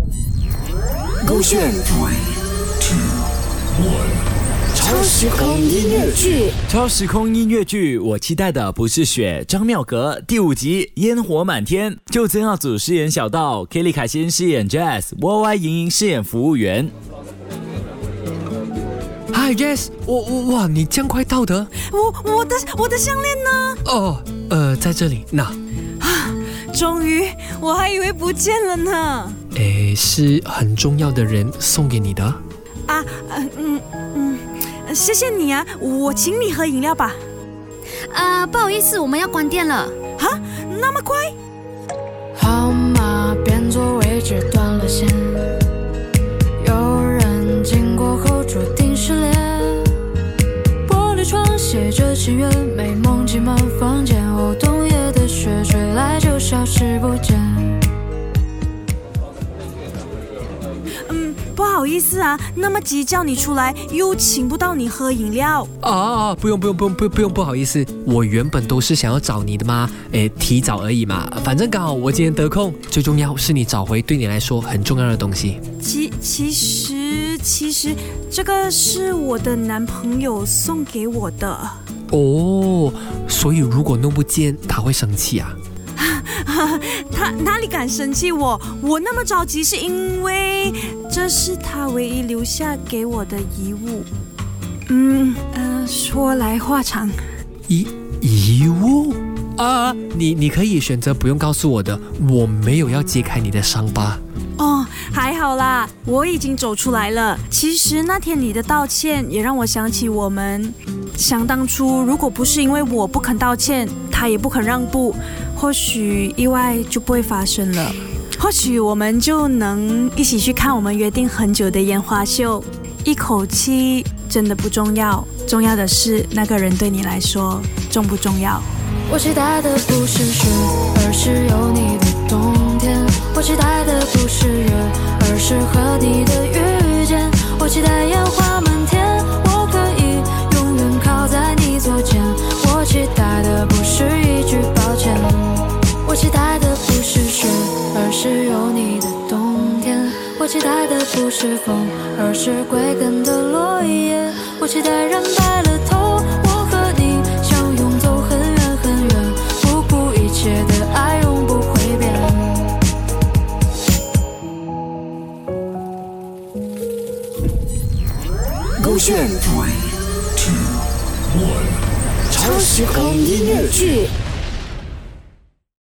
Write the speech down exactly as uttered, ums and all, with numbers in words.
勾选超时空音乐剧， 超时空音乐剧，我期待的不是雪。张妙格第五集烟火满天，就曾耀祖饰演小道 ，Kelly 凯欣饰演 Jazz，Y Y 莹莹饰演服务员。 Hi Jazz， 我我哇，你这样快到的？ 我我的我的项链呢？ 哦，呃，在这里，那。 啊，终于，我还以为不见了呢。 诶，是很重要的人送给你的。 啊，嗯嗯，谢谢你啊，我请你喝饮料吧。 呃，不好意思，我们要关店了。 哈，那么快？ 号码变作位置断了线，有人经过后注定失联。玻璃窗写着情缘，美梦挤满房间。哦，冬夜的雪吹来就消失不见。 嗯，不好意思啊，那么急叫你出来，又请不到你喝饮料。 啊，不用不用不用不不用，不好意思，我原本都是想要找你的嘛，诶，提早而已嘛，反正刚好我今天得空，最重要是你找回对你来说很重要的东西。 其其实其实这个是我的男朋友送给我的。 哦，所以如果弄不见，他会生气啊？ 他哪里敢生气我？我那么着急是因为这是他唯一留下给我的遗物。嗯呃，说来话长。 遗遗物啊，你你可以选择不用告诉我的，我没有要揭开你的伤疤。 哦，还好啦，我已经走出来了。其实那天你的道歉也让我想起我们，想当初如果不是因为我不肯道歉，他也不肯让步，或许意外就不会发生了。或许我们就能一起去看我们约定很久的烟花秀。一口气真的不重要，重要的是那个人对你来说重不重要。 我期待的不是雪，而是有你的冬天。我期待的不是月，而是和你的遇见。我期待烟花满天，我可以永远靠在你左肩。我期待的不是一句抱歉，我期待的不是雪，而是有你的冬天。我期待的不是风，而是归根的落叶。我期待人白了头，我和你相拥走很远很远，不顾一切的爱永不会变。 勾选超时空音乐剧。